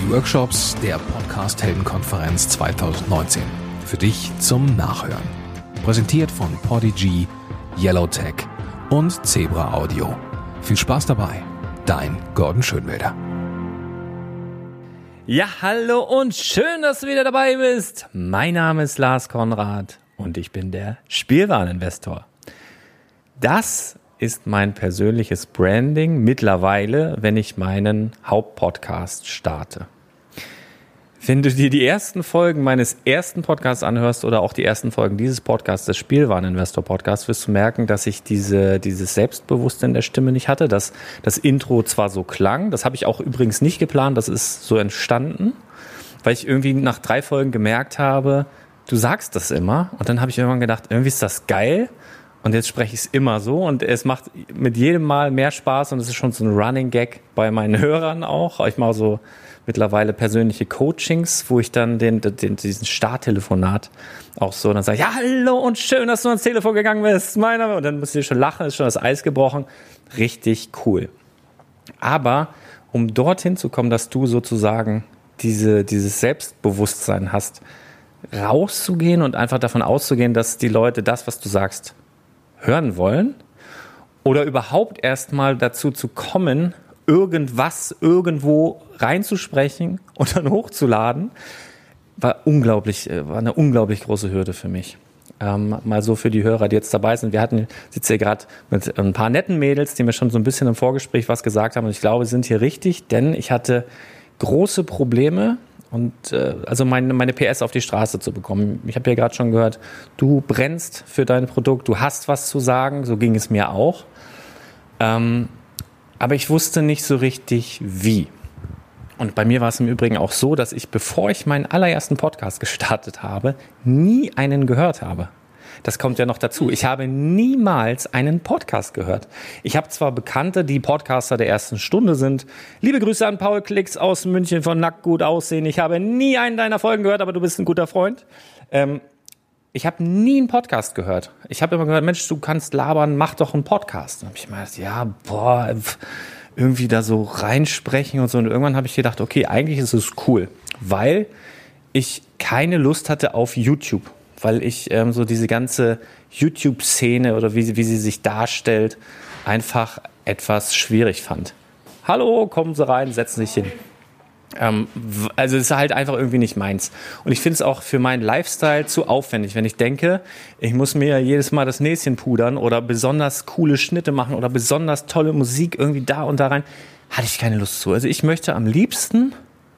die Workshops der Podcast-Heldenkonferenz 2019. Für dich zum Nachhören. Präsentiert von Podigy, Yellowtech und Zebra Audio. Viel Spaß dabei, dein Gordon Schönwelder. Ja, hallo und schön, dass du wieder dabei bist. Mein Name ist Lars Konrad und ich bin der Spielwareninvestor. Das ist mein persönliches Branding mittlerweile, wenn ich meinen Hauptpodcast starte. Wenn du dir die ersten Folgen meines ersten Podcasts anhörst oder auch die ersten Folgen dieses Podcasts, des Spielwareninvestor-Podcasts, wirst du merken, dass ich dieses Selbstbewusstsein der Stimme nicht hatte, dass das Intro zwar so klang, das habe ich auch übrigens nicht geplant, das ist so entstanden, weil ich irgendwie nach 3 Folgen gemerkt habe, du sagst das immer, und dann habe ich irgendwann gedacht, irgendwie ist das geil. Und jetzt spreche ich es immer so und es macht mit jedem Mal mehr Spaß und es ist schon so ein Running Gag bei meinen Hörern auch. Ich mache so mittlerweile persönliche Coachings, wo ich dann diesen Starttelefonat auch so dann sage, ja, hallo und schön, dass du ans Telefon gegangen bist. Und dann musst du schon lachen, ist schon das Eis gebrochen. Richtig cool. Aber um dorthin zu kommen, dass du sozusagen dieses Selbstbewusstsein hast, rauszugehen und einfach davon auszugehen, dass die Leute das, was du sagst, hören wollen oder überhaupt erstmal dazu zu kommen, irgendwas irgendwo reinzusprechen und dann hochzuladen, war eine unglaublich große Hürde für mich. Mal so für die Hörer, die jetzt dabei sind. Sitze hier gerade mit ein paar netten Mädels, die mir schon so ein bisschen im Vorgespräch was gesagt haben und ich glaube, wir sind hier richtig, denn ich hatte große Probleme, und also meine PS auf die Straße zu bekommen. Ich habe ja gerade schon gehört, du brennst für dein Produkt, du hast was zu sagen, so ging es mir auch. Aber ich wusste nicht so richtig, wie. Und bei mir war es im Übrigen auch so, dass ich, bevor ich meinen allerersten Podcast gestartet habe, nie einen gehört habe. Das kommt ja noch dazu. Ich habe niemals einen Podcast gehört. Ich habe zwar Bekannte, die Podcaster der ersten Stunde sind. Liebe Grüße an Paul Klicks aus München von Nackt gut aussehen. Ich habe nie einen deiner Folgen gehört, aber du bist ein guter Freund. Ich habe nie einen Podcast gehört. Ich habe immer gehört, Mensch, du kannst labern, mach doch einen Podcast. Dann habe ich immer gedacht, irgendwie da so reinsprechen und so. Und irgendwann habe ich gedacht, okay, eigentlich ist es cool, weil ich keine Lust hatte auf YouTube. Weil ich so diese ganze YouTube-Szene oder wie sie sich darstellt, einfach etwas schwierig fand. Hallo, kommen Sie rein, setzen Sie sich hin. Also es ist halt einfach irgendwie nicht meins. Und ich finde es auch für meinen Lifestyle zu aufwendig, wenn ich denke, ich muss mir jedes Mal das Näschen pudern oder besonders coole Schnitte machen oder besonders tolle Musik irgendwie da und da rein. Hatte ich keine Lust zu. Also ich möchte am liebsten...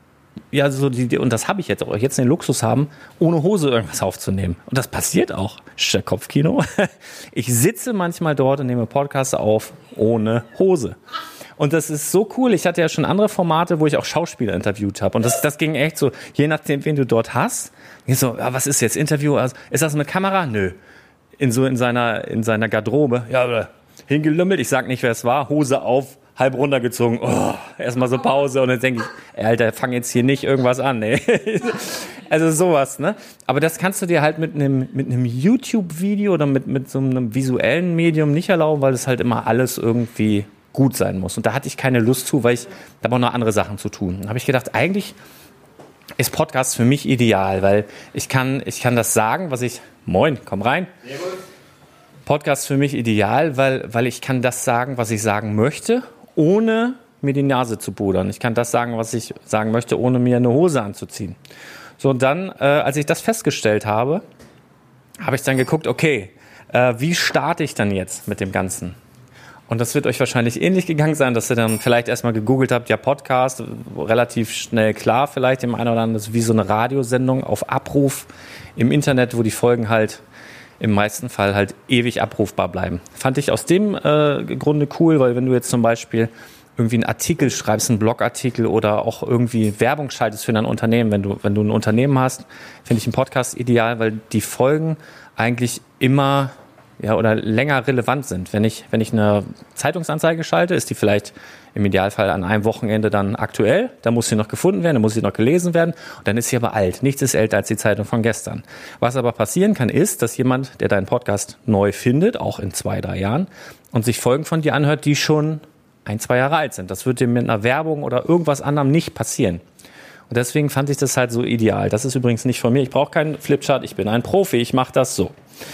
Ja, und das habe ich jetzt auch, den Luxus haben, ohne Hose irgendwas aufzunehmen. Und das passiert auch. Kopfkino. Ich sitze manchmal dort und nehme Podcasts auf ohne Hose. Und das ist so cool. Ich hatte ja schon andere Formate, wo ich auch Schauspieler interviewt habe. Und das ging echt so, je nachdem, wen du dort hast. Ich so, was ist jetzt Interview? Also, ist das eine Kamera? Nö. In seiner Garderobe. Ja, hingelümmelt. Ich sag nicht, wer es war. Hose auf. Halb runtergezogen, erstmal so Pause und dann denke ich, Alter, fang jetzt hier nicht irgendwas an, ey. Also sowas, ne? Aber das kannst du dir halt mit einem YouTube-Video oder mit so einem visuellen Medium nicht erlauben, weil das halt immer alles irgendwie gut sein muss. Und da hatte ich keine Lust zu, weil ich da habe auch noch andere Sachen zu tun. Da habe ich gedacht, eigentlich ist Podcast für mich ideal, weil ich kann das sagen, was ich... Moin, komm rein. Podcast für mich ideal, weil ich kann das sagen, was ich sagen möchte, ohne mir die Nase zu pudern. Ich kann das sagen, was ich sagen möchte, ohne mir eine Hose anzuziehen. So, und dann, als ich das festgestellt habe, habe ich dann geguckt, okay, wie starte ich dann jetzt mit dem Ganzen? Und das wird euch wahrscheinlich ähnlich gegangen sein, dass ihr dann vielleicht erstmal gegoogelt habt, ja, Podcast, relativ schnell klar, vielleicht dem einen oder anderen, das ist wie so eine Radiosendung auf Abruf im Internet, wo die Folgen halt im meisten Fall halt ewig abrufbar bleiben. Fand ich aus dem Grunde cool, weil wenn du jetzt zum Beispiel irgendwie einen Artikel schreibst, einen Blogartikel oder auch irgendwie Werbung schaltest für dein Unternehmen, wenn du ein Unternehmen hast, finde ich einen Podcast ideal, weil die Folgen eigentlich immer oder länger relevant sind. Wenn ich eine Zeitungsanzeige schalte, ist die vielleicht im Idealfall an einem Wochenende dann aktuell, dann muss sie noch gefunden werden, dann muss sie noch gelesen werden und dann ist sie aber alt. Nichts ist älter als die Zeitung von gestern. Was aber passieren kann, ist, dass jemand, der deinen Podcast neu findet, auch in 2-3 Jahren, und sich Folgen von dir anhört, die schon 1-2 Jahre alt sind. Das wird dir mit einer Werbung oder irgendwas anderem nicht passieren. Und deswegen fand ich das halt so ideal. Das ist übrigens nicht von mir. Ich brauche keinen Flipchart. Ich bin ein Profi. Ich mache das so.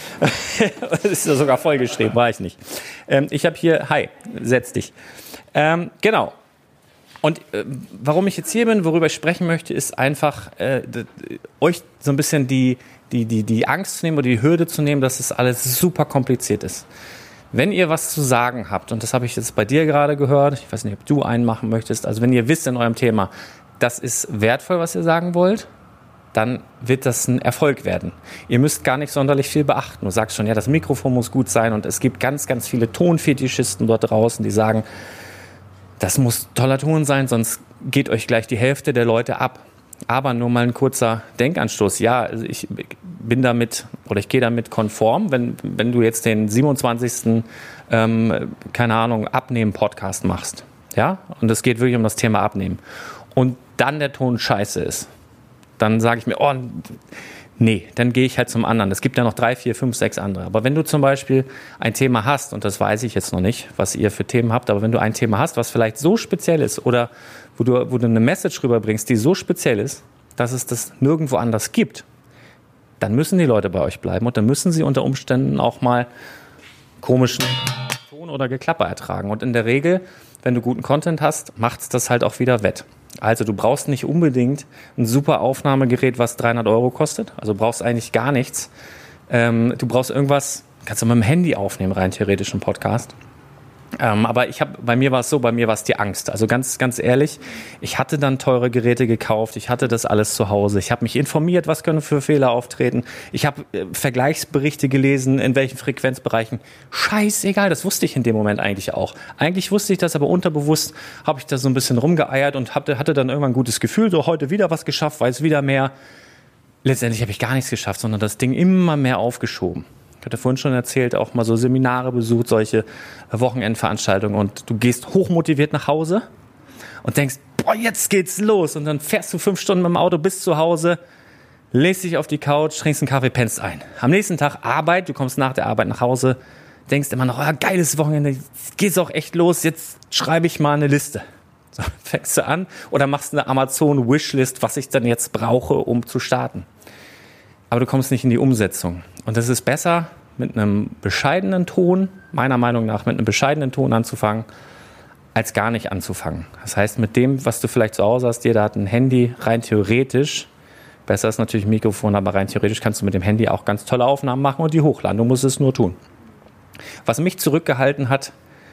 Das ist ja sogar vollgeschrieben. War ich nicht. Ich habe hier, hi, setz dich. Genau. Und warum ich jetzt hier bin, worüber ich sprechen möchte, ist einfach euch so ein bisschen die Angst zu nehmen oder die Hürde zu nehmen, dass es alles super kompliziert ist. Wenn ihr was zu sagen habt, und das habe ich jetzt bei dir gerade gehört, ich weiß nicht, ob du einen machen möchtest, also wenn ihr wisst in eurem Thema, das ist wertvoll, was ihr sagen wollt, dann wird das ein Erfolg werden. Ihr müsst gar nicht sonderlich viel beachten. Du sagst schon, ja, das Mikrofon muss gut sein und es gibt ganz, ganz viele Tonfetischisten dort draußen, die sagen, das muss toller Ton sein, sonst geht euch gleich die Hälfte der Leute ab. Aber nur mal ein kurzer Denkanstoß. Ja, also ich bin damit oder ich gehe damit konform, wenn du jetzt den 27. Keine Ahnung, Abnehmen-Podcast machst. Ja, und es geht wirklich um das Thema Abnehmen. Und dann der Ton scheiße ist. Dann sage ich mir, oh, nee, dann gehe ich halt zum anderen. Es gibt ja noch 3, 4, 5, 6 andere. Aber wenn du zum Beispiel ein Thema hast, und das weiß ich jetzt noch nicht, was ihr für Themen habt, aber wenn du ein Thema hast, was vielleicht so speziell ist oder wo du eine Message rüberbringst, die so speziell ist, dass es das nirgendwo anders gibt, dann müssen die Leute bei euch bleiben und dann müssen sie unter Umständen auch mal komischen Ton oder Geklapper ertragen. Und in der Regel, wenn du guten Content hast, macht es das halt auch wieder wett. Also du brauchst nicht unbedingt ein super Aufnahmegerät, was 300 € kostet. Also brauchst eigentlich gar nichts. Du brauchst irgendwas, kannst du mit dem Handy aufnehmen, rein theoretisch einen Podcast. Aber bei mir war es die Angst. Also ganz, ganz ehrlich, ich hatte dann teure Geräte gekauft, ich hatte das alles zu Hause, ich habe mich informiert, was können für Fehler auftreten, ich habe Vergleichsberichte gelesen, in welchen Frequenzbereichen. Scheißegal, das wusste ich in dem Moment eigentlich auch. Eigentlich wusste ich das, aber unterbewusst habe ich da so ein bisschen rumgeeiert und hatte dann irgendwann ein gutes Gefühl, so heute wieder was geschafft, weiß wieder mehr. Letztendlich habe ich gar nichts geschafft, sondern das Ding immer mehr aufgeschoben. Ich hatte vorhin schon erzählt, auch mal so Seminare besucht, solche Wochenendveranstaltungen und du gehst hochmotiviert nach Hause und denkst, boah, jetzt geht's los und dann fährst du 5 Stunden mit dem Auto bis zu Hause, legst dich auf die Couch, trinkst einen Kaffee, pennst ein. Am nächsten Tag Arbeit, du kommst nach der Arbeit nach Hause, denkst immer noch, geiles Wochenende, jetzt geht's auch echt los, jetzt schreibe ich mal eine Liste. So, fängst du an oder machst eine Amazon-Wishlist, was ich dann jetzt brauche, um zu starten. Aber du kommst nicht in die Umsetzung. Und es ist besser, mit einem bescheidenen Ton, meiner Meinung nach, mit einem bescheidenen Ton anzufangen, als gar nicht anzufangen. Das heißt, mit dem, was du vielleicht zu Hause hast, jeder hat ein Handy, rein theoretisch, besser ist natürlich ein Mikrofon, aber rein theoretisch kannst du mit dem Handy auch ganz tolle Aufnahmen machen und die hochladen. Du musst es nur tun. Was mich zurückgehalten hat,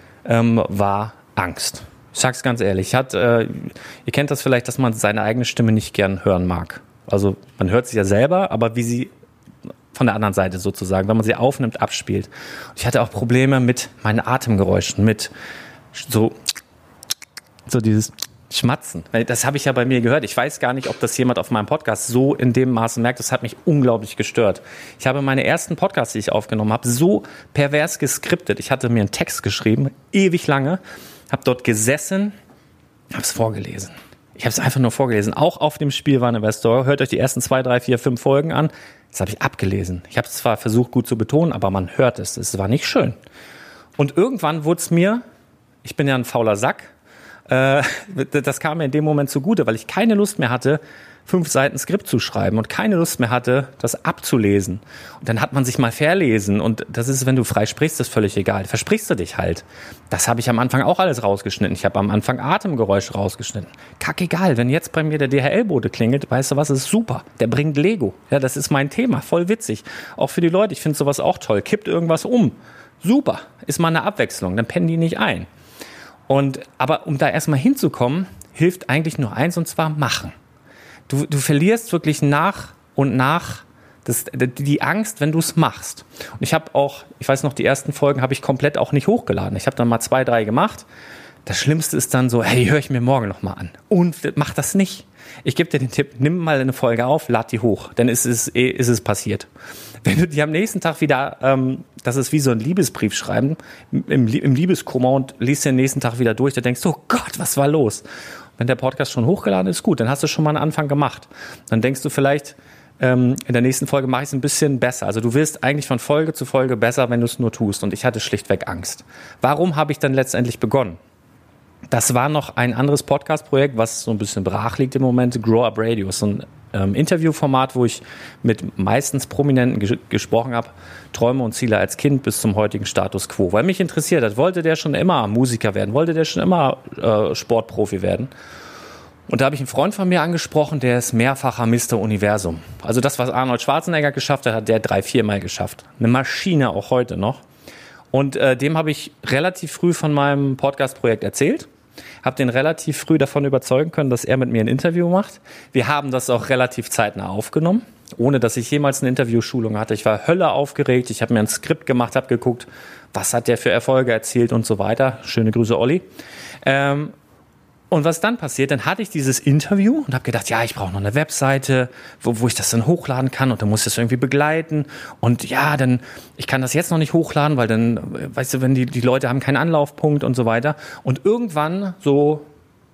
war Angst. Ich sag's ganz ehrlich. Ihr kennt das vielleicht, dass man seine eigene Stimme nicht gern hören mag. Also man hört sie ja selber, aber wie sie von der anderen Seite sozusagen, wenn man sie aufnimmt, abspielt. Und ich hatte auch Probleme mit meinen Atemgeräuschen, mit so dieses Schmatzen. Das habe ich ja bei mir gehört. Ich weiß gar nicht, ob das jemand auf meinem Podcast so in dem Maße merkt. Das hat mich unglaublich gestört. Ich habe meine ersten Podcasts, die ich aufgenommen habe, so pervers geskriptet. Ich hatte mir einen Text geschrieben, ewig lange, habe dort gesessen, habe es vorgelesen. Ich habe es einfach nur vorgelesen. Auch auf dem Spielwareninvestor. Hört euch die ersten 2, 3, 4, 5 Folgen an. Das habe ich abgelesen. Ich habe es zwar versucht gut zu betonen, aber man hört es. Es war nicht schön. Und irgendwann wurde es mir, ich bin ja ein fauler Sack, das kam mir in dem Moment zugute, weil ich keine Lust mehr hatte, 5 Seiten Skript zu schreiben und keine Lust mehr hatte, das abzulesen. Und dann hat man sich mal verlesen und das ist, wenn du frei sprichst, ist völlig egal. Versprichst du dich halt. Das habe ich am Anfang auch alles rausgeschnitten. Ich habe am Anfang Atemgeräusche rausgeschnitten. Kackegal, wenn jetzt bei mir der DHL-Bote klingelt, weißt du was, ist super. Der bringt Lego. Ja, das ist mein Thema, voll witzig. Auch für die Leute, ich finde sowas auch toll. Kippt irgendwas um. Super, ist mal eine Abwechslung, dann pennen die nicht ein. Aber um da erstmal hinzukommen, hilft eigentlich nur eins, und zwar machen. Du verlierst wirklich nach und nach die Angst, wenn du es machst. Und ich habe auch, ich weiß noch, die ersten Folgen habe ich komplett auch nicht hochgeladen. Ich habe dann mal 2, 3 gemacht. Das Schlimmste ist dann so, hey, höre ich mir morgen noch mal an. Und mach das nicht. Ich gebe dir den Tipp, nimm mal eine Folge auf, lad die hoch. Dann ist es passiert. Wenn du die am nächsten Tag wieder, das ist wie so ein Liebesbrief schreiben, im Liebeskummer und liest den nächsten Tag wieder durch, da denkst du, oh Gott, was war los? Wenn der Podcast schon hochgeladen ist, gut, dann hast du schon mal einen Anfang gemacht. Dann denkst du vielleicht, in der nächsten Folge mache ich es ein bisschen besser. Also du wirst eigentlich von Folge zu Folge besser, wenn du es nur tust. Und ich hatte schlichtweg Angst. Warum habe ich dann letztendlich begonnen? Das war noch ein anderes Podcast-Projekt, was so ein bisschen brach liegt im Moment, Grow Up Radio. So ein Interviewformat, wo ich mit meistens Prominenten gesprochen habe, Träume und Ziele als Kind bis zum heutigen Status quo. Weil mich interessiert hat, wollte der schon immer Musiker werden, wollte der schon immer Sportprofi werden. Und da habe ich einen Freund von mir angesprochen, der ist mehrfacher Mr. Universum. Also das, was Arnold Schwarzenegger geschafft hat, hat der 3-4 Mal geschafft. Eine Maschine auch heute noch. Und dem habe ich relativ früh von meinem Podcast-Projekt erzählt. Habe den relativ früh davon überzeugen können, dass er mit mir ein Interview macht. Wir haben das auch relativ zeitnah aufgenommen, ohne dass ich jemals eine Interviewschulung hatte. Ich war Hölle aufgeregt. Ich habe mir ein Skript gemacht, habe geguckt, was hat der für Erfolge erzielt und so weiter. Schöne Grüße, Olli. Und was dann passiert, dann hatte ich dieses Interview und habe gedacht, ja, ich brauche noch eine Webseite, wo ich das dann hochladen kann und dann muss ich das irgendwie begleiten. Und ja, dann, ich kann das jetzt noch nicht hochladen, weil dann, weißt du, wenn die Leute haben keinen Anlaufpunkt und so weiter. Und irgendwann, so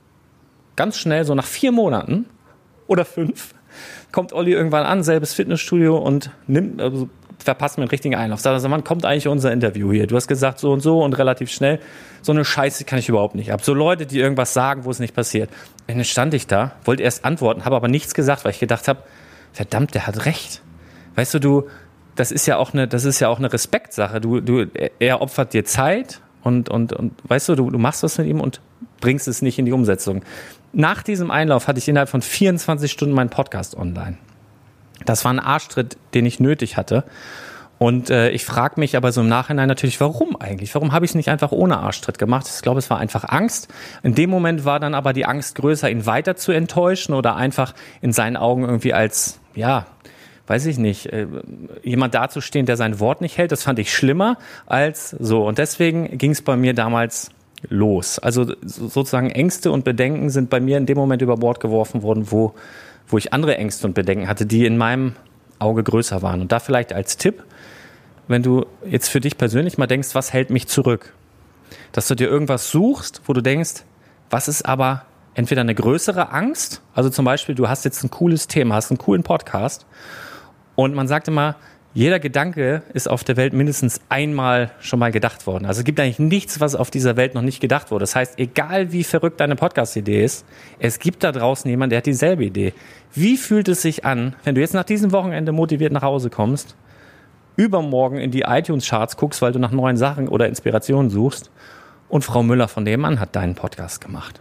ganz schnell, so nach 4 Monaten oder 5, kommt Olli irgendwann an, selbes Fitnessstudio und verpasst mir einen richtigen Einlauf. Sagt also, wann kommt eigentlich unser Interview hier? Du hast gesagt so und relativ schnell. So eine Scheiße kann ich überhaupt nicht ab. So Leute, die irgendwas sagen, wo es nicht passiert. Und dann stand ich da, wollte erst antworten, habe aber nichts gesagt, weil ich gedacht habe, verdammt, der hat recht. Weißt du, das ist ja auch eine Respektsache. Er opfert dir Zeit und weißt du machst was mit ihm und bringst es nicht in die Umsetzung. Nach diesem Einlauf hatte ich innerhalb von 24 Stunden meinen Podcast online. Das war ein Arschtritt, den ich nötig hatte. Und ich frage mich aber so im Nachhinein natürlich, warum eigentlich? Warum habe ich es nicht einfach ohne Arschtritt gemacht? Ich glaube, es war einfach Angst. In dem Moment war dann aber die Angst größer, ihn weiter zu enttäuschen oder einfach in seinen Augen irgendwie als, ja, weiß ich nicht, jemand dazustehen, der sein Wort nicht hält. Das fand ich schlimmer als so. Und deswegen ging es bei mir damals los. Also sozusagen Ängste und Bedenken sind bei mir in dem Moment über Bord geworfen worden, wo ich andere Ängste und Bedenken hatte, die in meinem Auge größer waren. Und da vielleicht als Tipp, wenn du jetzt für dich persönlich mal denkst, was hält mich zurück? Dass du dir irgendwas suchst, wo du denkst, was ist aber entweder eine größere Angst, also zum Beispiel, du hast jetzt ein cooles Thema, hast einen coolen Podcast und man sagt immer, jeder Gedanke ist auf der Welt mindestens einmal schon mal gedacht worden. Also es gibt eigentlich nichts, was auf dieser Welt noch nicht gedacht wurde. Das heißt, egal wie verrückt deine Podcast-Idee ist, es gibt da draußen jemanden, der hat dieselbe Idee. Wie fühlt es sich an, wenn du jetzt nach diesem Wochenende motiviert nach Hause kommst, übermorgen in die iTunes-Charts guckst, weil du nach neuen Sachen oder Inspirationen suchst und Frau Müller von nebenan hat deinen Podcast gemacht.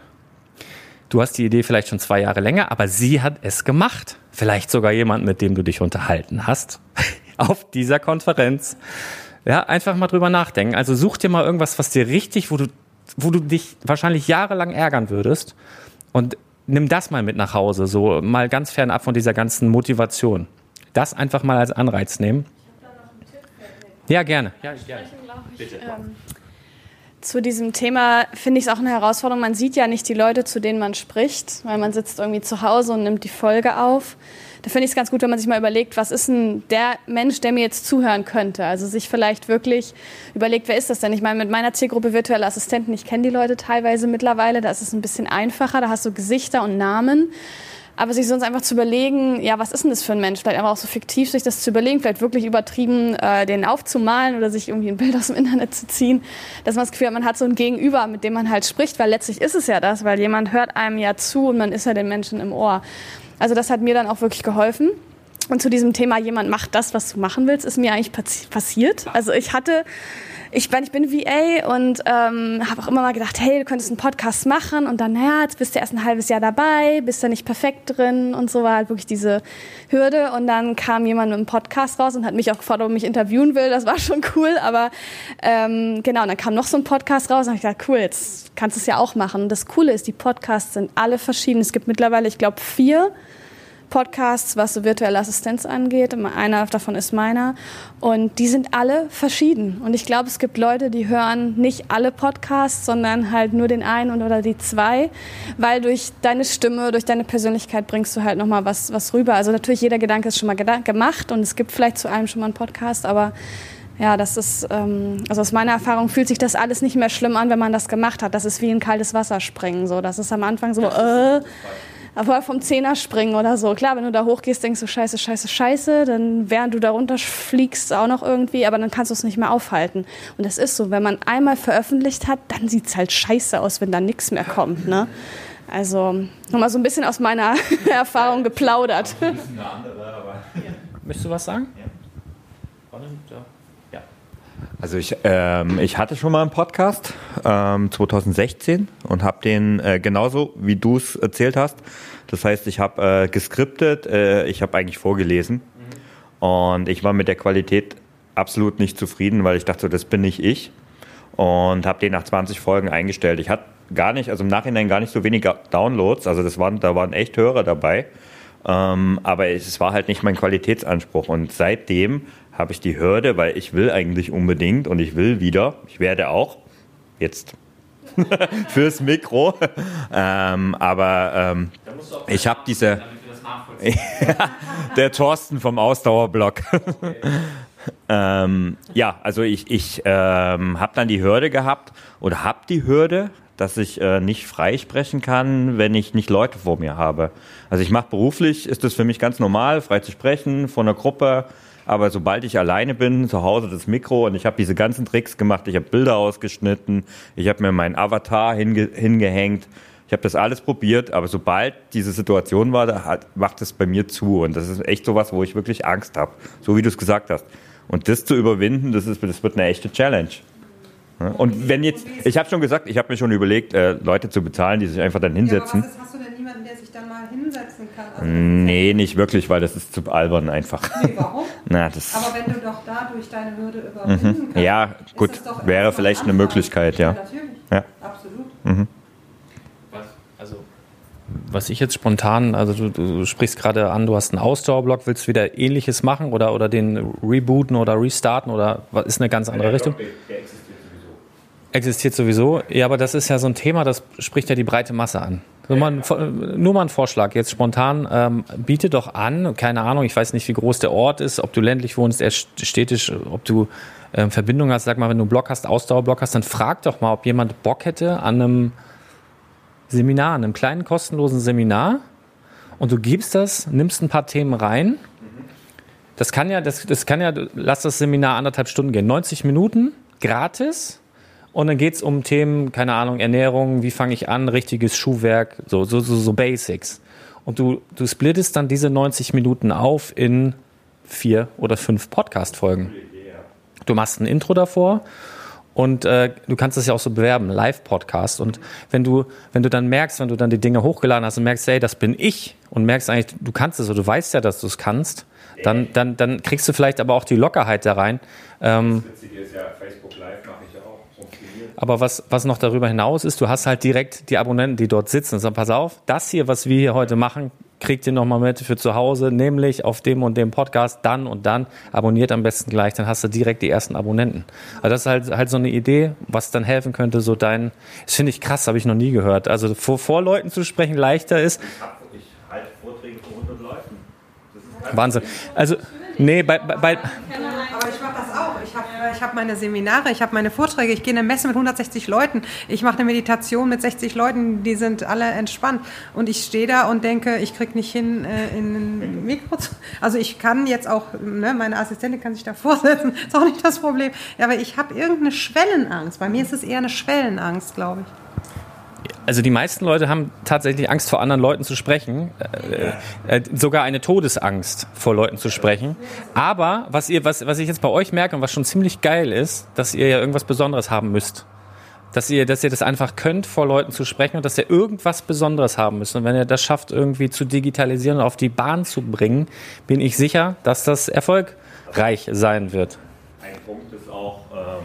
Du hast die Idee vielleicht schon 2 Jahre länger, aber sie hat es gemacht. Vielleicht sogar jemand, mit dem du dich unterhalten hast auf dieser Konferenz. Ja, einfach mal drüber nachdenken. Also such dir mal irgendwas, was dir richtig, wo du dich wahrscheinlich jahrelang ärgern würdest und nimm das mal mit nach Hause, so mal ganz fernab von dieser ganzen Motivation. Das einfach mal als Anreiz nehmen. Ich habe da noch einen Tipp. Ja, gerne. Ja, gerne. Bitte. Zu diesem Thema finde ich es auch eine Herausforderung. Man sieht ja nicht die Leute, zu denen man spricht, weil man sitzt irgendwie zu Hause und nimmt die Folge auf. Da finde ich es ganz gut, wenn man sich mal überlegt, was ist denn der Mensch, der mir jetzt zuhören könnte? Also sich vielleicht wirklich überlegt, wer ist das denn? Ich meine, mit meiner Zielgruppe virtuelle Assistenten, ich kenne die Leute teilweise mittlerweile, da ist es ein bisschen einfacher, da hast du Gesichter und Namen. Aber sich sonst einfach zu überlegen, ja, was ist denn das für ein Mensch? Vielleicht einfach auch so fiktiv sich das zu überlegen, vielleicht wirklich übertrieben den aufzumalen oder sich irgendwie ein Bild aus dem Internet zu ziehen, dass man das Gefühl hat, man hat so ein Gegenüber, mit dem man halt spricht, weil letztlich ist es ja das, weil jemand hört einem ja zu und man ist ja den Menschen im Ohr. Also das hat mir dann auch wirklich geholfen. Und zu diesem Thema, jemand macht das, was du machen willst, ist mir eigentlich passiert. Also ich bin VA und habe auch immer mal gedacht, hey, du könntest einen Podcast machen und dann, naja, jetzt bist du erst ein halbes Jahr dabei, bist da nicht perfekt drin und so war halt wirklich diese Hürde und dann kam jemand mit einem Podcast raus und hat mich auch gefragt, ob er mich interviewen will, das war schon cool, aber genau, und dann kam noch so ein Podcast raus und habe ich gedacht, cool, jetzt kannst du es ja auch machen. Und das Coole ist, die Podcasts sind alle verschieden. Es gibt mittlerweile, ich glaube, 4 Podcasts, was so virtuelle Assistenz angeht. Einer davon ist meiner. Und die sind alle verschieden. Und ich glaube, es gibt Leute, die hören nicht alle Podcasts, sondern halt nur den einen oder die 2, weil durch deine Stimme, durch deine Persönlichkeit bringst du halt nochmal was rüber. Also natürlich, jeder Gedanke ist schon mal gemacht und es gibt vielleicht zu allem schon mal einen Podcast, aber ja, das ist, also aus meiner Erfahrung fühlt sich das alles nicht mehr schlimm an, wenn man das gemacht hat. Das ist wie in kaltes Wasser springen. So. Das ist am Anfang so, Aber vom Zehner springen oder so. Klar, wenn du da hochgehst, denkst du, scheiße, scheiße, scheiße. Dann während du da runter fliegst auch noch irgendwie, aber dann kannst du es nicht mehr aufhalten. Und das ist so, wenn man einmal veröffentlicht hat, dann sieht es halt scheiße aus, wenn da nichts mehr kommt. Ne? Also nochmal so ein bisschen aus meiner Erfahrung geplaudert. Möchtest du was sagen? Ja. Also ich hatte schon mal einen Podcast 2016 und habe den genauso, wie du es erzählt hast. Das heißt, ich habe geskriptet, ich habe eigentlich vorgelesen und ich war mit der Qualität absolut nicht zufrieden, weil ich dachte, so, das bin nicht ich, und habe den nach 20 Folgen eingestellt. Ich hatte im Nachhinein gar nicht so wenige Downloads, also da waren echt Hörer dabei, aber es war halt nicht mein Qualitätsanspruch, und seitdem habe ich die Hürde, weil ich will eigentlich unbedingt und ich werde auch jetzt fürs Mikro, aber ich habe diese der Thorsten vom Ausdauerblock. Also ich habe dann die Hürde gehabt oder habe die Hürde, dass ich nicht frei sprechen kann, wenn ich nicht Leute vor mir habe. Also ich mache beruflich, ist es für mich ganz normal, frei zu sprechen vor einer Gruppe. Aber sobald ich alleine bin, zu Hause das Mikro, und ich habe diese ganzen Tricks gemacht, ich habe Bilder ausgeschnitten, ich habe mir meinen Avatar hingehängt, ich habe das alles probiert, aber sobald diese Situation war, macht es bei mir zu, und das ist echt sowas, wo ich wirklich Angst habe, so wie du es gesagt hast. Und das zu überwinden, das wird eine echte Challenge. Und ich habe schon gesagt, ich habe mir schon überlegt, Leute zu bezahlen, die sich einfach dann hinsetzen. Ja, aber hast du denn niemanden, der sich dann mal hinsetzen kann? Also nee, nicht wirklich, weil das ist zu albern einfach. Nee, warum? Aber wenn du doch dadurch deine Hürde überwinden kannst. Ja, gut, wäre vielleicht eine Möglichkeit, ja. Natürlich, ja. Absolut. Was ich jetzt spontan, also du sprichst gerade an, du hast einen Ausdauerblock, willst du wieder Ähnliches machen oder den rebooten oder restarten, oder was ist eine ganz andere Richtung? Der existiert sowieso. Ja, aber das ist ja so ein Thema, das spricht ja die breite Masse an. Nur mal ein Vorschlag, jetzt spontan, biete doch an, keine Ahnung, ich weiß nicht, wie groß der Ort ist, ob du ländlich wohnst, eher städtisch, ob du Verbindung hast, sag mal, wenn du einen Block hast, Ausdauerblock hast, dann frag doch mal, ob jemand Bock hätte an einem Seminar, einem kleinen kostenlosen Seminar, und du nimmst ein paar Themen rein. Das kann ja, lass das Seminar 1,5 Stunden gehen, 90 Minuten, gratis. Und dann geht es um Themen, keine Ahnung, Ernährung, wie fange ich an, richtiges Schuhwerk, so Basics. Und du splittest dann diese 90 Minuten auf in 4 oder 5 Podcast-Folgen. Du machst ein Intro davor und du kannst das ja auch so bewerben, Live-Podcast. Und wenn du dann merkst, wenn du dann die Dinge hochgeladen hast und merkst, hey, das bin ich, und merkst eigentlich, du kannst es oder du weißt ja, dass du es kannst, dann kriegst du vielleicht aber auch die Lockerheit da rein. Das Witzige ist ja, Facebook Live mache ich auch. Aber was noch darüber hinaus ist, du hast halt direkt die Abonnenten, die dort sitzen und sagen, pass auf, das hier, was wir hier heute machen, kriegt ihr nochmal mit für zu Hause, nämlich auf dem und dem Podcast, dann und dann, abonniert am besten gleich, dann hast du direkt die ersten Abonnenten. Also das ist halt so eine Idee, was dann helfen könnte, das finde ich krass, habe ich noch nie gehört. Also vor Leuten zu sprechen leichter ist. Ich halte Vorträge vor 100 Leuten. Das ist Wahnsinn. Also, nee, bei aber ich mache das auch. Ich habe meine Seminare, ich habe meine Vorträge, ich gehe in eine Messe mit 160 Leuten, ich mache eine Meditation mit 60 Leuten, die sind alle entspannt, und ich stehe da und denke, ich kriege nicht hin, in ein Mikro zu... Also ich kann jetzt auch, meine Assistentin kann sich da vorsetzen, ist auch nicht das Problem, aber ich habe irgendeine Schwellenangst. Bei mir ist es eher eine Schwellenangst, glaube ich. Also die meisten Leute haben tatsächlich Angst, vor anderen Leuten zu sprechen, sogar eine Todesangst, vor Leuten zu sprechen. Aber was ich jetzt bei euch merke und was schon ziemlich geil ist, dass ihr ja irgendwas Besonderes haben müsst. Dass ihr das einfach könnt, vor Leuten zu sprechen, und dass ihr irgendwas Besonderes haben müsst. Und wenn ihr das schafft, irgendwie zu digitalisieren und auf die Bahn zu bringen, bin ich sicher, dass das erfolgreich sein wird. Ein Punkt ist auch,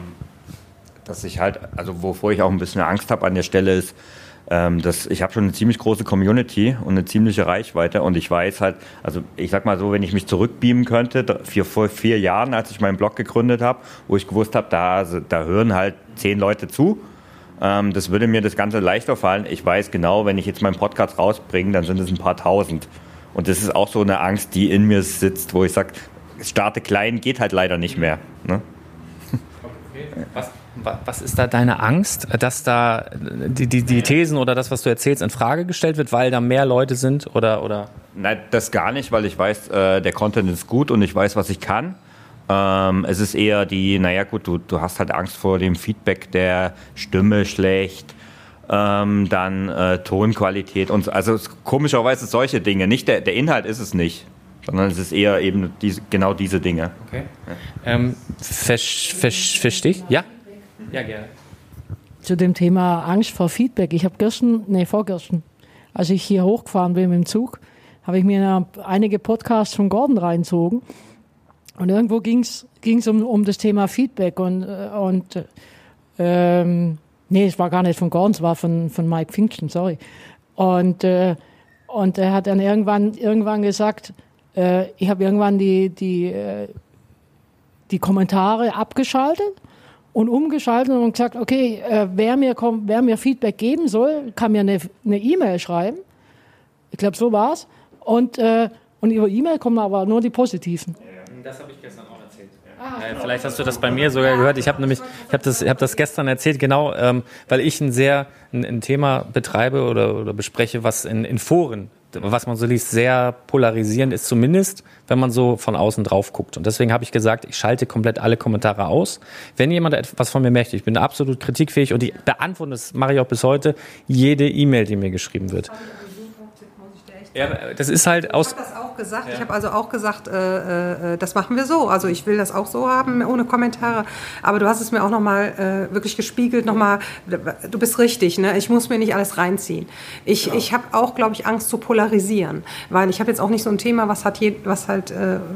dass ich halt, also wovor ich auch ein bisschen Angst habe an der Stelle ist, dass ich habe schon eine ziemlich große Community und eine ziemliche Reichweite, und ich weiß halt, also ich sag mal so, wenn ich mich zurückbeamen könnte, vor 4 Jahren, als ich meinen Blog gegründet habe, wo ich gewusst habe, da hören halt 10 Leute zu, das würde mir das Ganze leichter fallen. Ich weiß genau, wenn ich jetzt meinen Podcast rausbringe, dann sind es ein paar tausend, und das ist auch so eine Angst, die in mir sitzt, wo ich sage, starte klein geht halt leider nicht mehr, ne? Was ist da deine Angst, dass da die Thesen oder das, was du erzählst, in Frage gestellt wird, weil da mehr Leute sind oder? Nein, das gar nicht, weil ich weiß, der Content ist gut und ich weiß, was ich kann. Es ist eher du hast halt Angst vor dem Feedback der Stimme schlecht, dann Tonqualität und also komischerweise solche Dinge. Nicht der Inhalt ist es nicht, sondern es ist eher eben genau diese Dinge. Okay. Verstehe ich? Ja? Ja, gerne. Zu dem Thema Angst vor Feedback. Ich habe vorgestern, als ich hier hochgefahren bin mit dem Zug, habe ich mir einige Podcasts von Gordon reinzogen. Und irgendwo ging es um das Thema Feedback. Es war gar nicht von Gordon, es war von Mike Pfingsten, sorry. Und er hat dann irgendwann gesagt, ich habe irgendwann die Kommentare abgeschaltet und umgeschaltet und gesagt, okay, wer mir Feedback geben soll, kann mir eine E-Mail schreiben. Ich glaube, so war's. Und über E-Mail kommen aber nur die positiven. Das habe ich gestern auch erzählt. Vielleicht hast du das bei mir sogar gehört. Ich habe das gestern erzählt, genau, weil ich ein Thema betreibe oder bespreche, was in Foren, was man so liest, sehr polarisierend ist, zumindest, wenn man so von außen drauf guckt. Und deswegen habe ich gesagt, ich schalte komplett alle Kommentare aus. Wenn jemand etwas von mir möchte, ich bin absolut kritikfähig und ich beantworte, das mache ich auch bis heute, jede E-Mail, die mir geschrieben wird. Ja, das ist halt aus. Ich habe das auch gesagt. Ja. Ich habe also auch gesagt, das machen wir so. Also ich will das auch so haben, ohne Kommentare. Aber du hast es mir auch nochmal wirklich gespiegelt. Du bist richtig, ne? Ich muss mir nicht alles reinziehen. Ich habe auch, glaube ich, Angst zu polarisieren. Weil ich habe jetzt auch nicht so ein Thema, was halt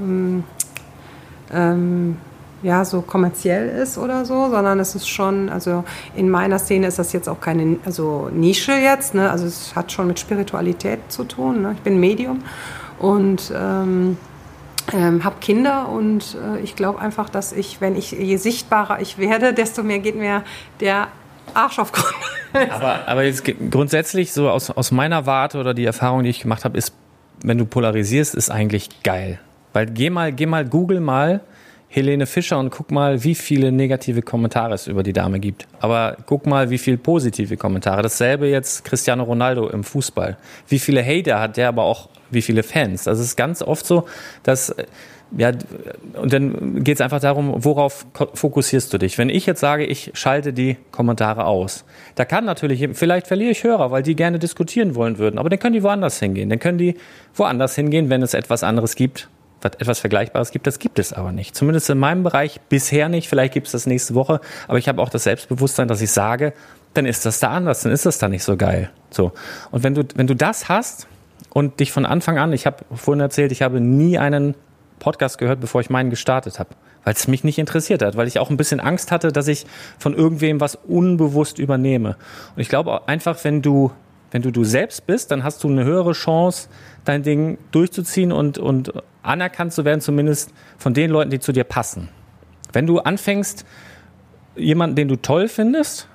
so kommerziell ist oder so, sondern es ist schon, also in meiner Szene ist das jetzt auch keine Nische jetzt, ne? Also es hat schon mit Spiritualität zu tun, ne? Ich bin Medium und habe Kinder und ich glaube einfach, dass je sichtbarer ich werde, desto mehr geht mir der Arsch auf Grund. Aber jetzt grundsätzlich so aus meiner Warte oder die Erfahrung, die ich gemacht habe, ist, wenn du polarisierst, ist eigentlich geil. Weil Google mal Helene Fischer und guck mal, wie viele negative Kommentare es über die Dame gibt. Aber guck mal, wie viele positive Kommentare. Dasselbe jetzt Cristiano Ronaldo im Fußball. Wie viele Hater hat der, aber auch wie viele Fans. Das ist ganz oft so, dass, und dann geht es einfach darum, worauf fokussierst du dich? Wenn ich jetzt sage, ich schalte die Kommentare aus, da kann natürlich, vielleicht verliere ich Hörer, weil die gerne diskutieren wollen würden, aber dann können die woanders hingehen. Dann können die woanders hingehen, wenn es etwas anderes gibt, etwas Vergleichbares gibt, das gibt es aber nicht. Zumindest in meinem Bereich bisher nicht, vielleicht gibt es das nächste Woche, aber ich habe auch das Selbstbewusstsein, dass ich sage, dann ist das da anders, dann ist das da nicht so geil. So. Und wenn du das hast und dich von Anfang an, ich habe vorhin erzählt, ich habe nie einen Podcast gehört, bevor ich meinen gestartet habe, weil es mich nicht interessiert hat, weil ich auch ein bisschen Angst hatte, dass ich von irgendwem was unbewusst übernehme. Und ich glaube einfach, wenn du selbst bist, dann hast du eine höhere Chance, dein Ding durchzuziehen und anerkannt zu werden, zumindest von den Leuten, die zu dir passen. Wenn du anfängst, jemanden, den du toll findest,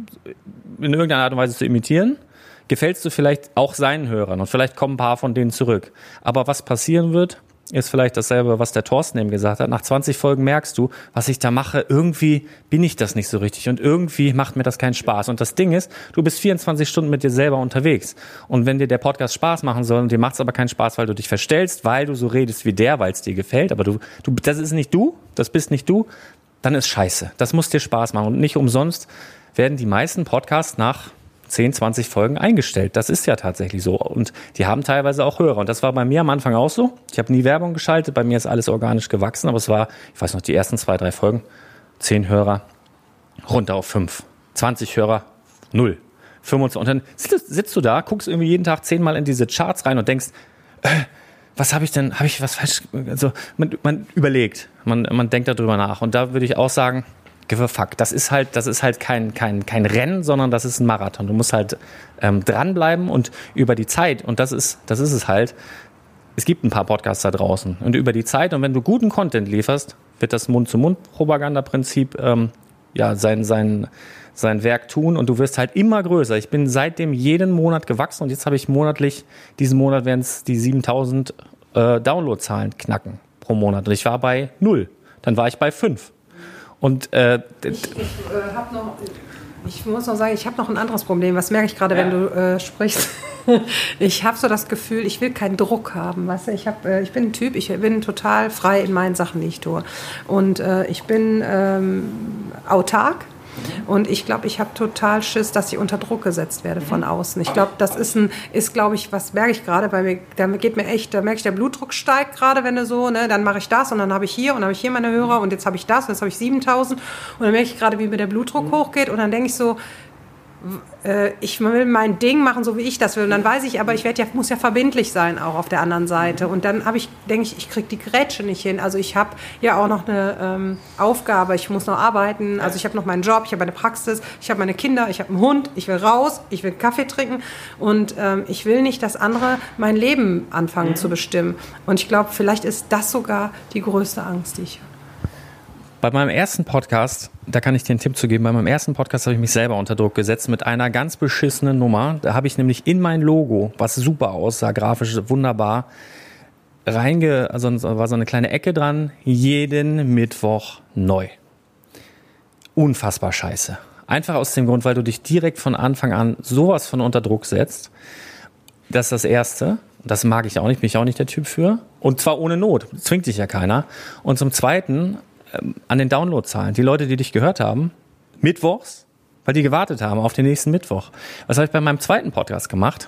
in irgendeiner Art und Weise zu imitieren, gefällst du vielleicht auch seinen Hörern und vielleicht kommen ein paar von denen zurück. Aber was passieren wird, ist vielleicht dasselbe, was der Thorsten eben gesagt hat. Nach 20 Folgen merkst du, was ich da mache, irgendwie bin ich das nicht so richtig und irgendwie macht mir das keinen Spaß. Und das Ding ist, du bist 24 Stunden mit dir selber unterwegs. Und wenn dir der Podcast Spaß machen soll und dir macht es aber keinen Spaß, weil du dich verstellst, weil du so redest wie der, weil es dir gefällt, aber das ist nicht du, das bist nicht du, dann ist scheiße. Das muss dir Spaß machen. Und nicht umsonst werden die meisten Podcasts nach 10, 20 Folgen eingestellt. Das ist ja tatsächlich so. Und die haben teilweise auch Hörer. Und das war bei mir am Anfang auch so. Ich habe nie Werbung geschaltet. Bei mir ist alles organisch gewachsen. Aber es war, ich weiß noch, die ersten 2, 3 Folgen, 10 Hörer, runter auf 5. 20 Hörer, 0. 25. Und dann sitzt du da, guckst irgendwie jeden Tag 10-mal in diese Charts rein und denkst, was habe ich denn, habe ich was falsch? Also man überlegt, man denkt darüber nach. Und da würde ich auch sagen, give a fuck. Das ist halt kein Rennen, sondern das ist ein Marathon. Du musst halt dranbleiben und über die Zeit, und das ist es halt, es gibt ein paar Podcasts da draußen. Und über die Zeit, und wenn du guten Content lieferst, wird das Mund-zu-Mund-Propaganda-Prinzip sein Werk tun und du wirst halt immer größer. Ich bin seitdem jeden Monat gewachsen und jetzt habe ich monatlich, diesen Monat werden es die 7000 Downloadzahlen knacken pro Monat. Und ich war bei 0. Dann war ich bei 5. Und ich muss noch sagen, ich habe noch ein anderes Problem. Was merke ich gerade, wenn du sprichst? Ich habe so das Gefühl, ich will keinen Druck haben. Weißt du? Ich bin ein Typ, ich bin total frei in meinen Sachen, die ich tue. Und ich bin autark. Und ich glaube, ich habe total Schiss, dass ich unter Druck gesetzt werde von außen. Ich glaube, das ist, glaube ich, was merke ich gerade bei mir, da merke ich, der Blutdruck steigt gerade, wenn du so, ne, dann mache ich das und dann habe ich hier meine Hörer und jetzt habe ich das und jetzt habe ich 7.000 und dann merke ich gerade, wie mir der Blutdruck hochgeht und dann denke ich so, ich will mein Ding machen, so wie ich das will. Und dann weiß ich, aber muss ja verbindlich sein auch auf der anderen Seite. Und dann denke ich kriege die Grätsche nicht hin. Also ich habe ja auch noch eine Aufgabe, ich muss noch arbeiten. Also ich habe noch meinen Job, ich habe meine Praxis, ich habe meine Kinder, ich habe einen Hund, ich will raus, ich will Kaffee trinken. Und ich will nicht, dass andere mein Leben anfangen zu bestimmen. Und ich glaube, vielleicht ist das sogar die größte Angst, die ich habe. Bei meinem ersten Podcast, da kann ich dir einen Tipp zu geben, bei meinem ersten Podcast habe ich mich selber unter Druck gesetzt mit einer ganz beschissenen Nummer. Da habe ich nämlich in mein Logo, was super aussah, grafisch wunderbar, also war so eine kleine Ecke dran, jeden Mittwoch neu. Unfassbar scheiße. Einfach aus dem Grund, weil du dich direkt von Anfang an sowas von unter Druck setzt. Das ist das Erste. Das mag ich auch nicht, bin ich auch nicht der Typ für. Und zwar ohne Not, zwingt dich ja keiner. Und zum Zweiten, an den Downloadzahlen. Die Leute, die dich gehört haben, mittwochs, weil die gewartet haben auf den nächsten Mittwoch. Was habe ich bei meinem zweiten Podcast gemacht,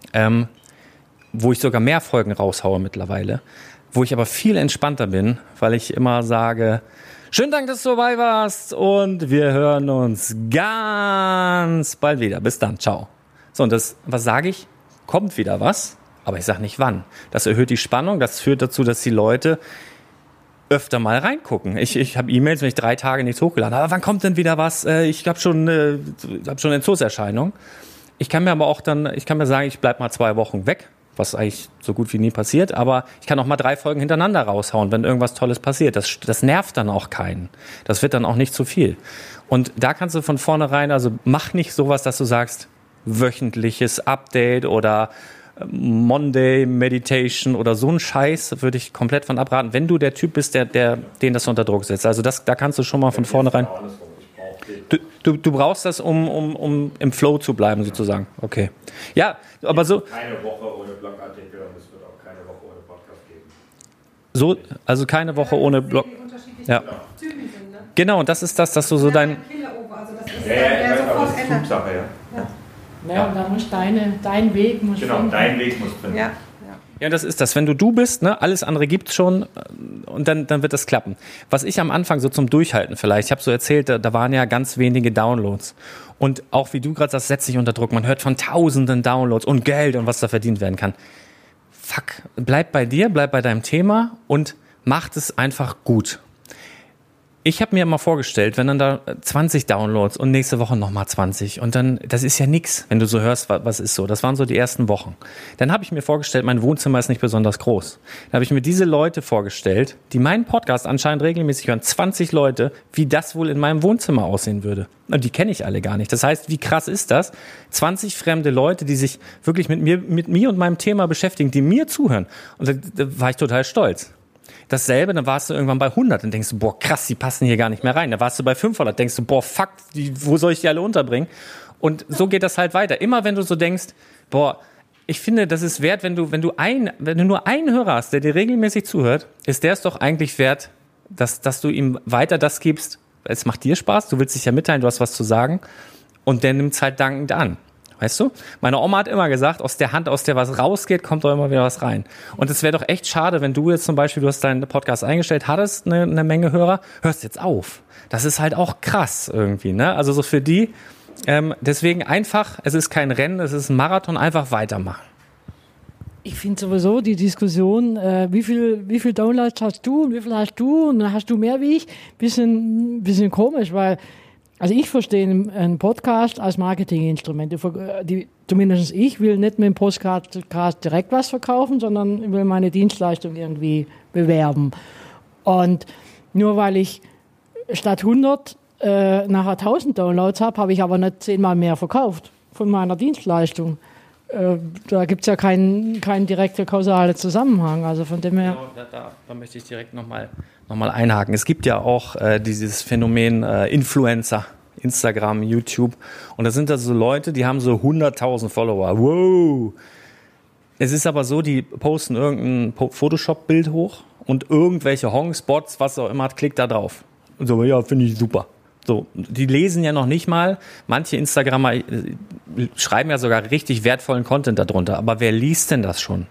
wo ich sogar mehr Folgen raushaue mittlerweile, wo ich aber viel entspannter bin, weil ich immer sage, schönen Dank, dass du dabei warst und wir hören uns ganz bald wieder. Bis dann, ciao. So, und was sage ich? Kommt wieder was, aber ich sage nicht wann. Das erhöht die Spannung, das führt dazu, dass die Leute öfter mal reingucken. Ich habe E-Mails, wenn ich 3 Tage nichts hochgeladen habe. Aber wann kommt denn wieder was? Ich habe schon Entzugserscheinungen. Ich kann mir sagen, ich bleib mal 2 Wochen weg, was eigentlich so gut wie nie passiert. Aber ich kann auch mal 3 Folgen hintereinander raushauen, wenn irgendwas Tolles passiert. Das nervt dann auch keinen. Das wird dann auch nicht zu viel. Und da kannst du von vornherein, also mach nicht sowas, dass du sagst, wöchentliches Update oder Monday Meditation oder so ein Scheiß würde ich komplett von abraten, wenn du der Typ bist, den das unter Druck setzt. Also da kannst du schon mal von vornherein. Du brauchst das, um im Flow zu bleiben, sozusagen. Okay. Ja, aber so. Keine Woche ohne Blogartikel und es wird auch keine Woche ohne Podcast geben. So, also keine Woche ohne Blog. Ja. Genau, und das ist das, dass du so dein. Flugsache, ja. Ja, und dann muss dein Weg muss finden. Dein Weg muss finden. Ja, und das ist das. Wenn du bist, ne, alles andere gibt's schon und dann wird das klappen. Was ich am Anfang so zum Durchhalten vielleicht, ich habe so erzählt, da waren ja ganz wenige Downloads. Und auch wie du gerade sagst, setzt sich unter Druck. Man hört von tausenden Downloads und Geld und was da verdient werden kann. Fuck, bleib bei dir, bleib bei deinem Thema und macht es einfach gut. Ich habe mir immer vorgestellt, wenn dann da 20 Downloads und nächste Woche nochmal 20 und dann, das ist ja nix, wenn du so hörst, was ist so. Das waren so die ersten Wochen. Dann habe ich mir vorgestellt, mein Wohnzimmer ist nicht besonders groß. Dann habe ich mir diese Leute vorgestellt, die meinen Podcast anscheinend regelmäßig hören, 20 Leute, wie das wohl in meinem Wohnzimmer aussehen würde. Und die kenne ich alle gar nicht. Das heißt, wie krass ist das? 20 fremde Leute, die sich wirklich mit mir und meinem Thema beschäftigen, die mir zuhören. Und da war ich total stolz. Dasselbe, dann warst du irgendwann bei 100 und denkst du, boah, krass, die passen hier gar nicht mehr rein. Dann warst du bei 500, denkst du, boah, fuck, wo soll ich die alle unterbringen? Und so geht das halt weiter. Immer wenn du so denkst, boah, ich finde, das ist wert, wenn du nur einen Hörer hast, der dir regelmäßig zuhört, ist der es doch eigentlich wert, dass du ihm weiter das gibst. Es macht dir Spaß, du willst dich ja mitteilen, du hast was zu sagen und der nimmt es halt dankend an. Weißt du? Meine Oma hat immer gesagt, aus der Hand, aus der was rausgeht, kommt doch immer wieder was rein. Und es wäre doch echt schade, wenn du jetzt zum Beispiel, du hast deinen Podcast eingestellt, hattest eine Menge Hörer, hörst jetzt auf. Das ist halt auch krass irgendwie, ne? Also so für die, deswegen einfach, es ist kein Rennen, es ist ein Marathon, einfach weitermachen. Ich finde sowieso die Diskussion, wie viel Downloads hast du und wie viel hast du und hast du mehr wie ich, bisschen komisch, weil also ich verstehe einen Podcast als Marketinginstrument. Zumindest ich will nicht mit dem Podcast direkt was verkaufen, sondern ich will meine Dienstleistung irgendwie bewerben. Und nur weil ich statt 100 nachher 1000 Downloads habe ich aber nicht 10-mal mehr verkauft von meiner Dienstleistung. Da gibt es ja keinen direkten kausalen Zusammenhang. Also von dem her. Da möchte ich direkt nochmal nochmal einhaken. Es gibt ja auch dieses Phänomen Influencer, Instagram, YouTube. Und das sind da so Leute, die haben so 100.000 Follower. Wow! Es ist aber so, die posten irgendein Photoshop-Bild hoch und irgendwelche Hongspots, was auch immer, klickt da drauf. Und so, ja, finde ich super. So, die lesen ja noch nicht mal. Manche Instagrammer schreiben ja sogar richtig wertvollen Content darunter. Aber wer liest denn das schon?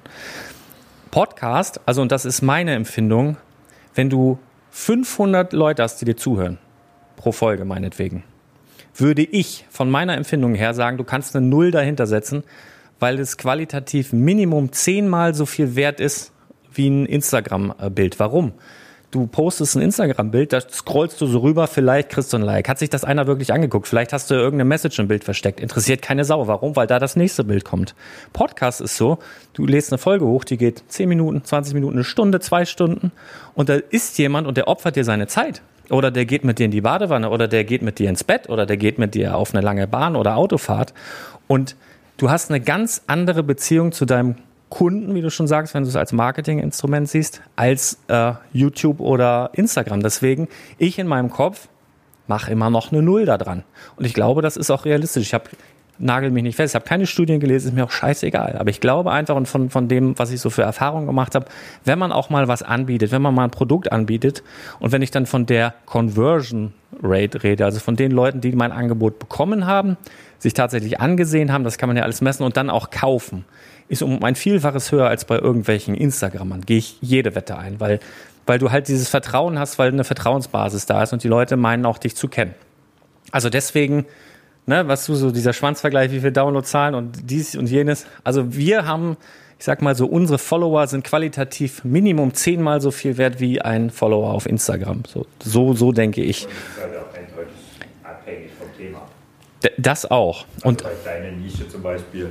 Podcast, also und das ist meine Empfindung, wenn du 500 Leute hast, die dir zuhören, pro Folge meinetwegen, würde ich von meiner Empfindung her sagen, du kannst eine 0 dahinter setzen, weil es qualitativ Minimum 10-mal so viel wert ist wie ein Instagram-Bild. Warum? Du postest ein Instagram-Bild, da scrollst du so rüber, vielleicht kriegst du ein Like. Hat sich das einer wirklich angeguckt? Vielleicht hast du irgendeine Message im Bild versteckt. Interessiert keine Sau. Warum? Weil da das nächste Bild kommt. Podcast ist so, du lädst eine Folge hoch, die geht 10 Minuten, 20 Minuten, 1 Stunde, 2 Stunden und da ist jemand und der opfert dir seine Zeit. Oder der geht mit dir in die Badewanne oder der geht mit dir ins Bett oder der geht mit dir auf eine lange Bahn oder Autofahrt und du hast eine ganz andere Beziehung zu deinem Kunden, wie du schon sagst, wenn du es als Marketinginstrument siehst, als YouTube oder Instagram. Deswegen, ich in meinem Kopf mache immer noch eine 0 da dran. Und ich glaube, das ist auch realistisch. Nagel mich nicht fest, ich habe keine Studien gelesen, ist mir auch scheißegal. Aber ich glaube einfach, und von dem, was ich so für Erfahrungen gemacht habe, wenn man auch mal was anbietet, wenn man mal ein Produkt anbietet und wenn ich dann von der Conversion Rate rede, also von den Leuten, die mein Angebot bekommen haben, sich tatsächlich angesehen haben, das kann man ja alles messen und dann auch kaufen, ist um ein Vielfaches höher als bei irgendwelchen Instagrammern. Gehe ich jede Wette ein, weil du halt dieses Vertrauen hast, weil eine Vertrauensbasis da ist und die Leute meinen auch, dich zu kennen. Also deswegen, was du so, dieser Schwanzvergleich, wie viele Downloadzahlen und dies und jenes. Also wir haben, ich sag mal so, unsere Follower sind qualitativ Minimum 10-mal so viel wert wie ein Follower auf Instagram. So denke ich. Und das ist halt auch eindeutig abhängig vom Thema. Das auch. Also und bei deiner Nische zum Beispiel.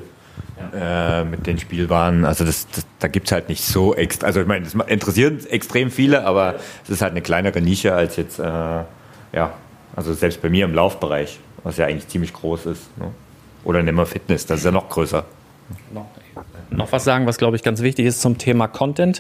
Mit den Spielwaren, also da gibt es halt nicht so extra, also ich meine, das interessiert extrem viele, aber es ist halt eine kleinere Nische als jetzt, also selbst bei mir im Laufbereich, was ja eigentlich ziemlich groß ist, ne? Oder nehmen wir Fitness, das ist ja noch größer. Noch was sagen, was glaube ich ganz wichtig ist zum Thema Content.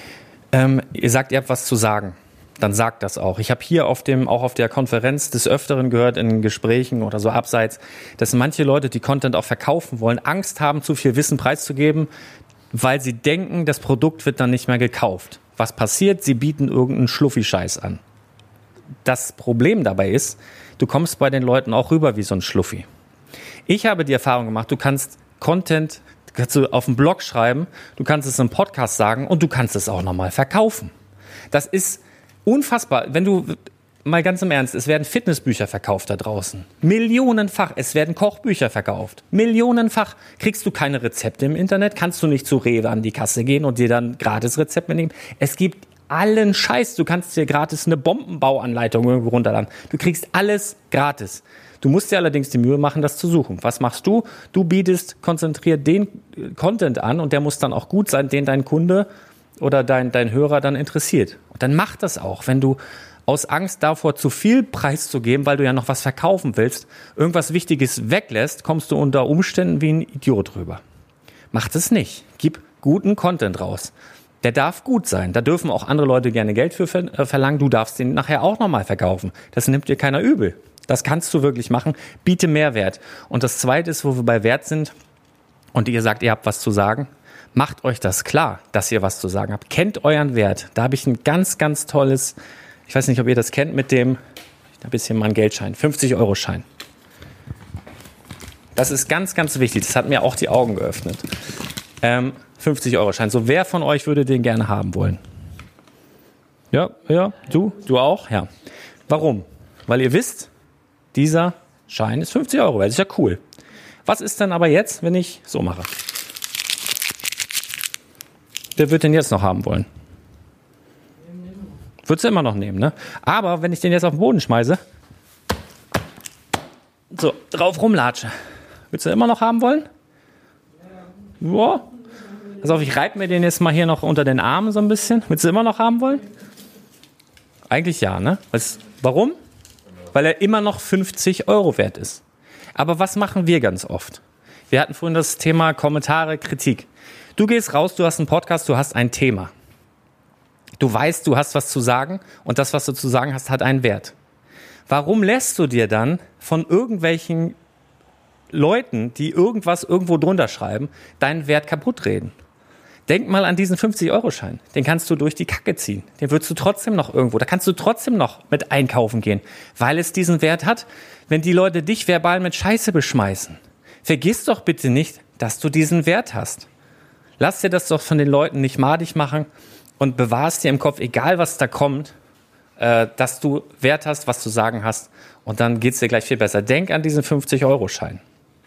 Ihr sagt, ihr habt was zu sagen. Dann sagt das auch. Ich habe hier auch auf der Konferenz des Öfteren gehört, in Gesprächen oder so abseits, dass manche Leute, die Content auch verkaufen wollen, Angst haben, zu viel Wissen preiszugeben, weil sie denken, das Produkt wird dann nicht mehr gekauft. Was passiert? Sie bieten irgendeinen Schluffi-Scheiß an. Das Problem dabei ist, du kommst bei den Leuten auch rüber wie so ein Schluffi. Ich habe die Erfahrung gemacht, du kannst Content auf dem Blog schreiben, du kannst es im Podcast sagen und du kannst es auch nochmal verkaufen. Das ist unfassbar. Wenn du, mal ganz im Ernst, es werden Fitnessbücher verkauft da draußen. Millionenfach. Es werden Kochbücher verkauft. Millionenfach. Kriegst du keine Rezepte im Internet? Kannst du nicht zu Rewe an die Kasse gehen und dir dann gratis Rezept mitnehmen? Es gibt allen Scheiß. Du kannst dir gratis eine Bombenbauanleitung irgendwo runterladen. Du kriegst alles gratis. Du musst dir allerdings die Mühe machen, das zu suchen. Was machst du? Du bietest konzentriert den Content an und der muss dann auch gut sein, den dein Kunde oder dein Hörer dann interessiert. Und dann mach das auch. Wenn du aus Angst davor, zu viel preiszugeben, weil du ja noch was verkaufen willst, irgendwas Wichtiges weglässt, kommst du unter Umständen wie ein Idiot rüber. Mach das nicht. Gib guten Content raus. Der darf gut sein. Da dürfen auch andere Leute gerne Geld für verlangen. Du darfst den nachher auch nochmal verkaufen. Das nimmt dir keiner übel. Das kannst du wirklich machen. Biete Mehrwert. Und das Zweite ist, wo wir bei Wert sind und ihr sagt, ihr habt was zu sagen, macht euch das klar, dass ihr was zu sagen habt. Kennt euren Wert. Da habe ich ein ganz, ganz tolles, ich weiß nicht, ob ihr das kennt, mit dem, ich habe jetzt hier mal einen Geldschein, 50-Euro-Schein. Das ist ganz, ganz wichtig. Das hat mir auch die Augen geöffnet. 50-Euro-Schein. So, wer von euch würde den gerne haben wollen? Ja, du auch? Ja. Warum? Weil ihr wisst, dieser Schein ist 50 Euro. Das ist ja cool. Was ist denn aber jetzt, wenn ich so mache? Wer wird den jetzt noch haben wollen? Würdest du immer noch nehmen, ne? Aber wenn ich den jetzt auf den Boden schmeiße, so, drauf rumlatsche, würdest du immer noch haben wollen? Ja. Also ich reibe mir den jetzt mal hier noch unter den Armen so ein bisschen. Würdest du immer noch haben wollen? Eigentlich ja, ne? Warum? Weil er immer noch 50 Euro wert ist. Aber was machen wir ganz oft? Wir hatten vorhin das Thema Kommentare, Kritik. Du gehst raus, du hast einen Podcast, du hast ein Thema. Du weißt, du hast was zu sagen und das, was du zu sagen hast, hat einen Wert. Warum lässt du dir dann von irgendwelchen Leuten, die irgendwas irgendwo drunter schreiben, deinen Wert kaputt reden? Denk mal an diesen 50-Euro-Schein. Den kannst du durch die Kacke ziehen. Den würdest du trotzdem noch irgendwo, da kannst du trotzdem noch mit einkaufen gehen, weil es diesen Wert hat, wenn die Leute dich verbal mit Scheiße beschmeißen. Vergiss doch bitte nicht, dass du diesen Wert hast. Lass dir das doch von den Leuten nicht madig machen und bewahrst dir im Kopf, egal was da kommt, dass du Wert hast, was zu sagen hast und dann geht's dir gleich viel besser. Denk an diesen 50-Euro-Schein.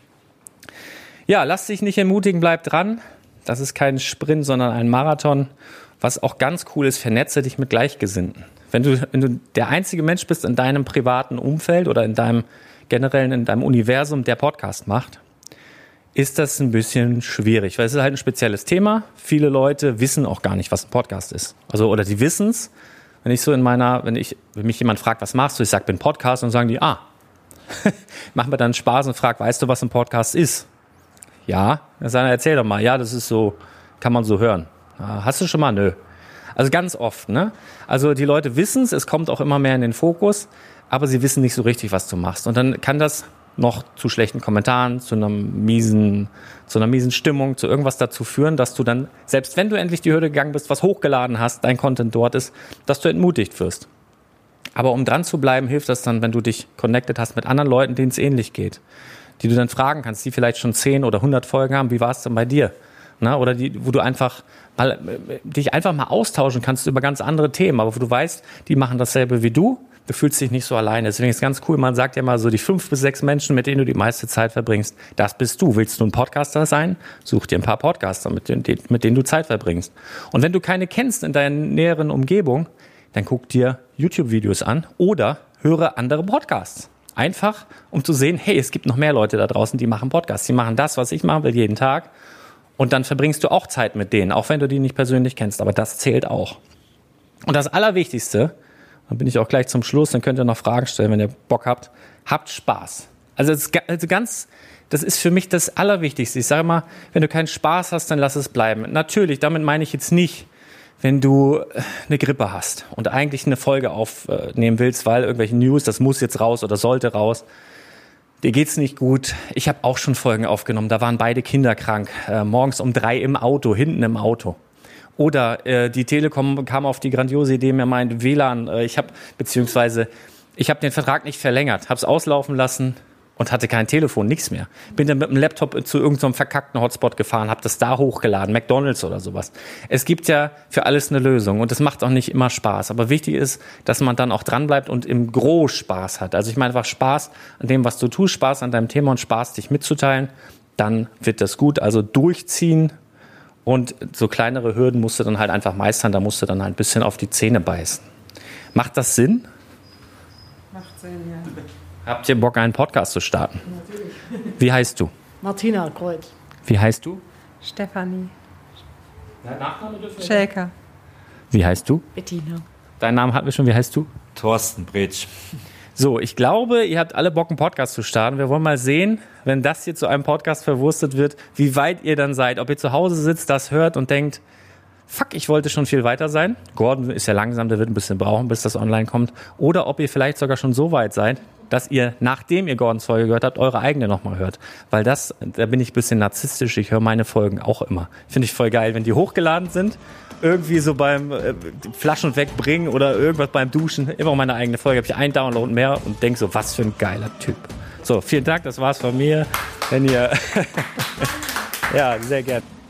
Ja, lass dich nicht entmutigen, bleib dran. Das ist kein Sprint, sondern ein Marathon. Was auch ganz cool ist, vernetze dich mit Gleichgesinnten. Wenn du der einzige Mensch bist in deinem privaten Umfeld oder in deinem Universum, der Podcast macht, ist das ein bisschen schwierig, weil es ist halt ein spezielles Thema. Viele Leute wissen auch gar nicht, was ein Podcast ist. Oder die wissen es. Wenn mich jemand fragt, was machst du? Ich sage, bin Podcast, und sagen die, machen wir dann Spaß und fragt, weißt du, was ein Podcast ist? Ja, dann sagen, erzähl doch mal. Ja, das ist so, kann man so hören. Hast du schon mal? Nö. Also ganz oft, ne? Also die Leute wissen es kommt auch immer mehr in den Fokus, aber sie wissen nicht so richtig, was du machst. Und dann kann das noch zu schlechten Kommentaren, zu einer miesen Stimmung, zu irgendwas dazu führen, dass du dann, selbst wenn du endlich die Hürde gegangen bist, was hochgeladen hast, dein Content dort ist, dass du entmutigt wirst. Aber um dran zu bleiben, hilft das dann, wenn du dich connected hast mit anderen Leuten, denen es ähnlich geht, die du dann fragen kannst, die vielleicht schon 10 oder 100 Folgen haben, wie war es denn bei dir? Na, oder wo du dich einfach mal austauschen kannst über ganz andere Themen, aber wo du weißt, die machen dasselbe wie du fühlst dich nicht so alleine. Deswegen ist es ganz cool, man sagt ja mal so, die 5 bis 6 Menschen, mit denen du die meiste Zeit verbringst, das bist du. Willst du ein Podcaster sein? Such dir ein paar Podcaster, mit denen du Zeit verbringst. Und wenn du keine kennst in deiner näheren Umgebung, dann guck dir YouTube-Videos an oder höre andere Podcasts. Einfach, um zu sehen, hey, es gibt noch mehr Leute da draußen, die machen Podcasts. Die machen das, was ich machen will, jeden Tag. Und dann verbringst du auch Zeit mit denen, auch wenn du die nicht persönlich kennst. Aber das zählt auch. Und das Allerwichtigste, dann bin ich auch gleich zum Schluss, dann könnt ihr noch Fragen stellen, wenn ihr Bock habt. Habt Spaß. Das ist für mich das Allerwichtigste. Ich sage immer, wenn du keinen Spaß hast, dann lass es bleiben. Natürlich, damit meine ich jetzt nicht, wenn du eine Grippe hast und eigentlich eine Folge aufnehmen willst, weil irgendwelche News, das muss jetzt raus oder sollte raus. Dir geht's nicht gut. Ich habe auch schon Folgen aufgenommen, da waren beide Kinder krank. Morgens um 3 im Auto, hinten im Auto. Oder die Telekom kam auf die grandiose Idee, mir meint WLAN, ich habe den Vertrag nicht verlängert, habe es auslaufen lassen und hatte kein Telefon, nichts mehr. Bin dann mit dem Laptop zu irgendeinem verkackten Hotspot gefahren, habe das da hochgeladen, McDonald's oder sowas. Es gibt ja für alles eine Lösung und es macht auch nicht immer Spaß. Aber wichtig ist, dass man dann auch dranbleibt und im Gros Spaß hat. Also ich meine einfach Spaß an dem, was du tust, Spaß an deinem Thema und Spaß, dich mitzuteilen. Dann wird das gut. Also durchziehen. Und so kleinere Hürden musst du dann halt einfach meistern, da musst du dann halt ein bisschen auf die Zähne beißen. Macht das Sinn? Macht Sinn, ja. Habt ihr Bock, einen Podcast zu starten? Natürlich. Wie heißt du? Martina Kreuz. Wie heißt du? Stefanie. Nachname dürfen wir. Schelker. Wie heißt du? Bettina. Deinen Namen hatten wir schon, wie heißt du? Thorsten Bretsch. So, ich glaube, ihr habt alle Bock, einen Podcast zu starten. Wir wollen mal sehen, wenn das hier zu einem Podcast verwurstet wird, wie weit ihr dann seid. Ob ihr zu Hause sitzt, das hört und denkt, fuck, ich wollte schon viel weiter sein. Gordon ist ja langsam, der wird ein bisschen brauchen, bis das online kommt. Oder ob ihr vielleicht sogar schon so weit seid, dass ihr, nachdem ihr Gordons Folge gehört habt, eure eigene nochmal hört. Weil da bin ich ein bisschen narzisstisch, ich höre meine Folgen auch immer. Finde ich voll geil, wenn die hochgeladen sind, irgendwie so beim Flaschen wegbringen oder irgendwas beim Duschen, immer meine eigene Folge, habe ich einen Download mehr und denke so, was für ein geiler Typ. So, vielen Dank, das war's von mir. Wenn ihr ja, sehr gern.